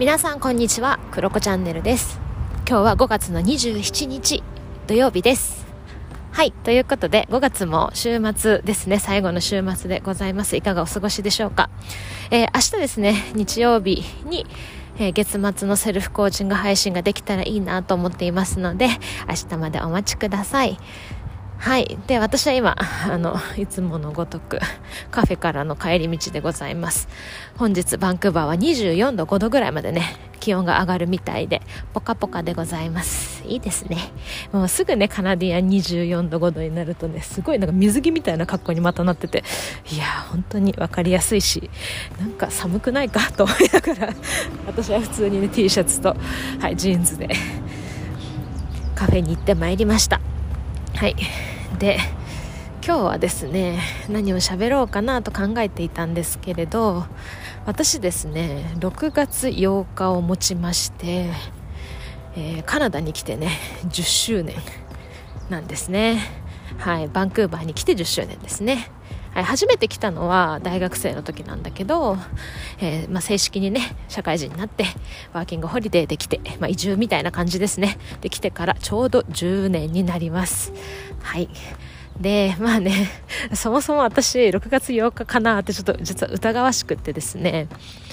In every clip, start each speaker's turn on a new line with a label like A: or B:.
A: 皆さんこんにちは、クロコチャンネルです。今日は5月の27日土曜日です。はい、ということで5月も週末ですね。最後の週末でございます。いかがお過ごしでしょうか。明日ですね、日曜日に月末のセルフコーチング配信ができたらいいなと思っていますので、明日までお待ちください。はい。で、私は今、いつものごとく、カフェからの帰り道でございます。本日、バンクーバーは24度、5度ぐらいまでね、気温が上がるみたいで、ポカポカでございます。いいですね。もうすぐね、カナディアン24度、5度になるとね、すごいなんか水着みたいな格好にまたなってて、いやー、本当にわかりやすいし、なんか寒くないかと思いながら、私は普通にね、T シャツと、はい、ジーンズで、カフェに行ってまいりました。はい。で、今日はですね、何を喋ろうかなと考えていたんですけれど、私ですね、6月8日をもちまして、カナダに来てね、10周年なんですね。はい、バンクーバーに来て10周年ですね。はい、初めて来たのは大学生の時なんだけど、正式にね、社会人になってワーキングホリデーで来て、移住みたいな感じですね。で来てからちょうど10年になります。はい。で、そもそも私6月8日かなってちょっと実は疑わしくってですね、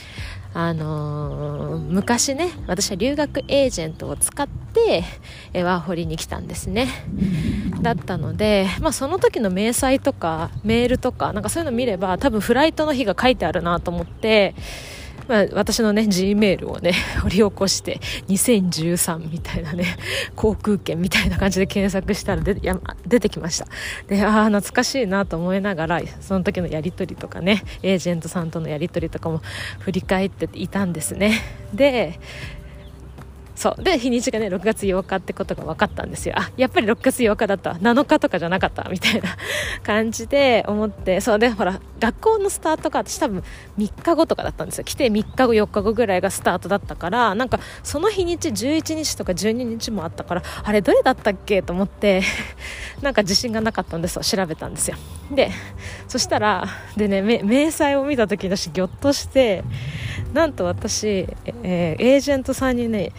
A: 昔ね、私は留学エージェントを使ってワーホリに来たんですね。だったので、その時の明細とかメールとかなんかそういうの見れば多分フライトの日が書いてあるなと思って、私のね G メールをね掘り起こして2013みたいなね航空券みたいな感じで検索したら出てきました。で、懐かしいなと思いながらその時のやり取りとかね、エージェントさんとのやり取りとかも振り返っていたんですね。で日にちがね6月8日ってことが分かったんですよ。やっぱり6月8日だった、7日とかじゃなかったみたいな感じで思って、そうで、ほら学校のスタートが私多分3日後とかだったんですよ。来て3日後4日後ぐらいがスタートだったから、なんかその日にち11日とか12日もあったから、あれどれだったっけと思ってなんか自信がなかったんですよ。調べたんですよ。でそしたらでね、明細を見た時に私ギョッとして、なんと私、エージェントさんにね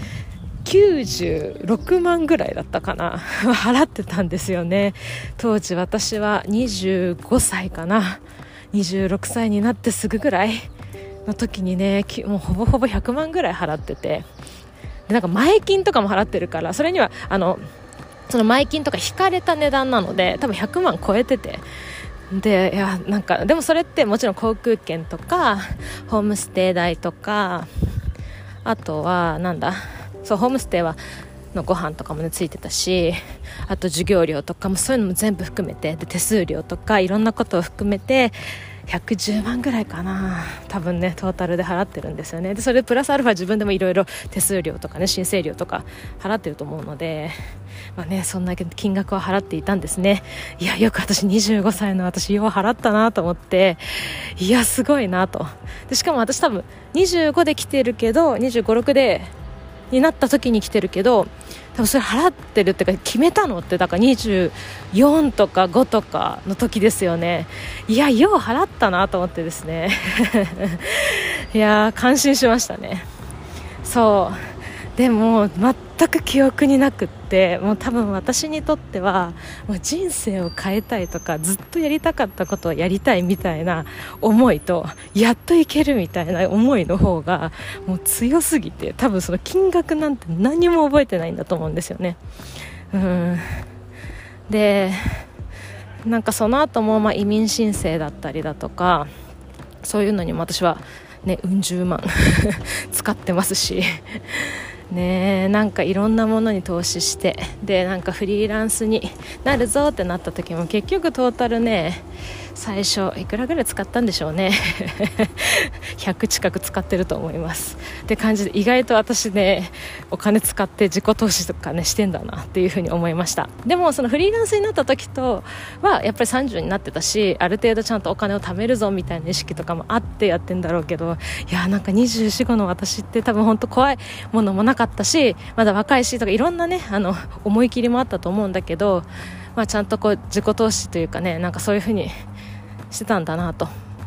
A: 96万ぐらいだったかな払ってたんですよね。当時私は25歳かな、26歳になってすぐぐらいの時にね、もうほぼほぼ100万ぐらい払ってて、でなんか前金とかも払ってるから、それにはその前金とか引かれた値段なので多分100万超えてて、で、いやなんかでもそれってもちろん航空券とかホームステイ代とか、あとはホームステイのご飯とかもねついてたし、あと授業料とかもそういうのも全部含めて、で手数料とかいろんなことを含めて110万ぐらいかな、多分ねトータルで払ってるんですよね。でそれプラスアルファ自分でもいろいろ手数料とかね申請料とか払ってると思うので、そんな金額は払っていたんですね。いや、よく私25歳の私よう払ったなと思って、いやすごいなと。でしかも私多分25で来てるけど25、6になった時に来てるけど、多分それ払ってるっていうか決めたのってだから24とか5とかの時ですよね。いやよう払ったなと思ってですねいや感心しましたね。そうでも全く記憶になくって、もう多分私にとってはもう人生を変えたいとかずっとやりたかったことをやりたいみたいな思いと、やっといけるみたいな思いの方がもう強すぎて、多分その金額なんて何も覚えてないんだと思うんですよね。でなんかその後も移民申請だったりだとか、そういうのにも私はねうん十万使ってますしね、なんかいろんなものに投資して、でなんかフリーランスになるぞってなった時も結局トータルね最初いくらぐらい使ったんでしょうね100近く使ってると思いますって感じで、意外と私ねお金使って自己投資とかねしてんだなっていうふうに思いました。でもそのフリーランスになった時とはやっぱり30になってたし、ある程度ちゃんとお金を貯めるぞみたいな意識とかもあってやってんだろうけど、いやなんか24、5の私って多分本当怖いものもなかったし、まだ若いしとかいろんなね思い切りもあったと思うんだけど、ちゃんとこう自己投資というかね、なんかそういうふうにしてたんだなと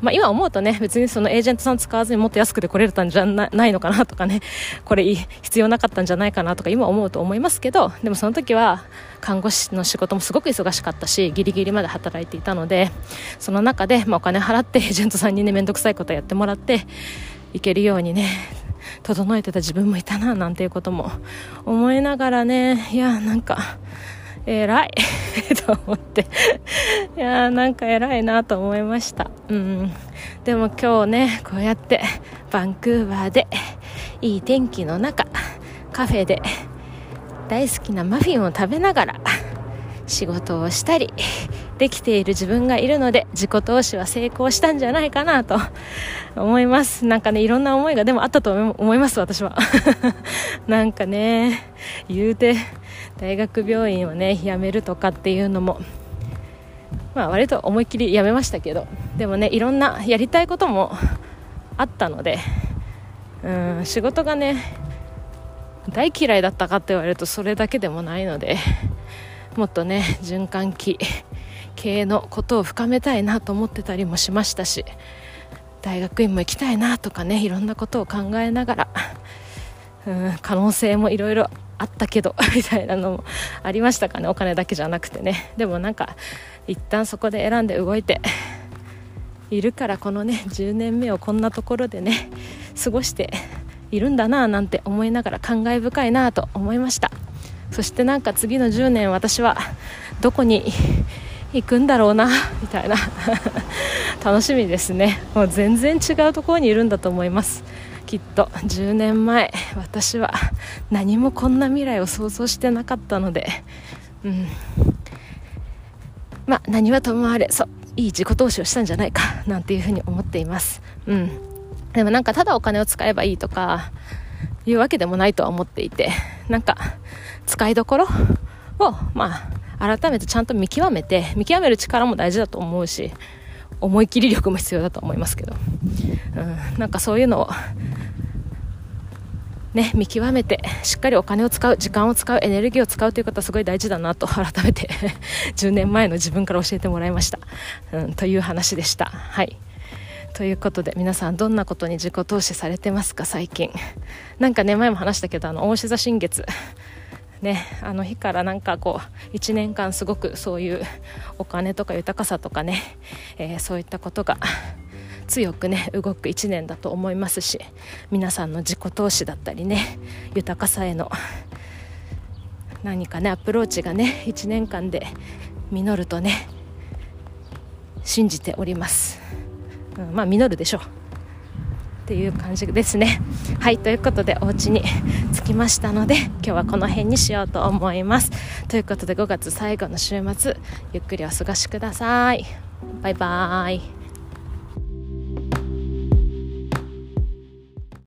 A: 今思うとね、別にそのエージェントさん使わずにもっと安くて来れたんじゃないのかなとかね、これ必要なかったんじゃないかなとか今思うと思いますけど、でもその時は看護師の仕事もすごく忙しかったし、ギリギリまで働いていたので、その中で、お金払ってエージェントさんにね、めんどくさいことやってもらっていけるようにね、整えてた自分もいたななんていうことも思いながらね、いやなんか偉いと思っていやなんか偉いなと思いました。でも今日ね、こうやってバンクーバーでいい天気の中、カフェで大好きなマフィンを食べながら仕事をしたりできている自分がいるので、自己投資は成功したんじゃないかなと思います。なんかね、いろんな思いがでもあったと思います、私はなんかね、言うて大学病院をね辞めるとかっていうのも割と思いっきり辞めましたけど、でもね、いろんなやりたいこともあったので、仕事がね大嫌いだったかって言われるとそれだけでもないので、もっとね循環器系のことを深めたいなと思ってたりもしましたし、大学院も行きたいなとかね、いろんなことを考えながら、可能性もいろいろあったけどみたいなのもありましたかね。お金だけじゃなくてね。でもなんか一旦そこで選んで動いているから、このね10年目をこんなところでね過ごしているんだななんて思いながら感慨深いなと思いました。そしてなんか次の10年私はどこに行くんだろうなみたいな楽しみですね。もう全然違うところにいるんだと思います。きっと10年前私は何もこんな未来を想像してなかったので、何はともあれ、いい自己投資をしたんじゃないかなんていうふうに思っています。でもなんかただお金を使えばいいとかいうわけでもないとは思っていて、なんか使いどころを改めてちゃんと見極める力も大事だと思うし、思い切り力も必要だと思いますけど、なんかそういうのをね見極めて、しっかりお金を使う、時間を使う、エネルギーを使うということはすごい大事だなと改めて10年前の自分から教えてもらいました、という話でした。はい、ということで皆さんどんなことに自己投資されてますか？最近なんかね、前も話したけど大志座新月ね、あの日からなんかこう1年間すごくそういうお金とか豊かさとかね、そういったことが強くね動く1年だと思いますし、皆さんの自己投資だったりね、豊かさへの何かねアプローチがね1年間で実るとね信じております。実るでしょうっていう感じですね。はい、ということでお家に着きましたので、今日はこの辺にしようと思います。ということで5月最後の週末、ゆっくりお過ごしください。バイバイ。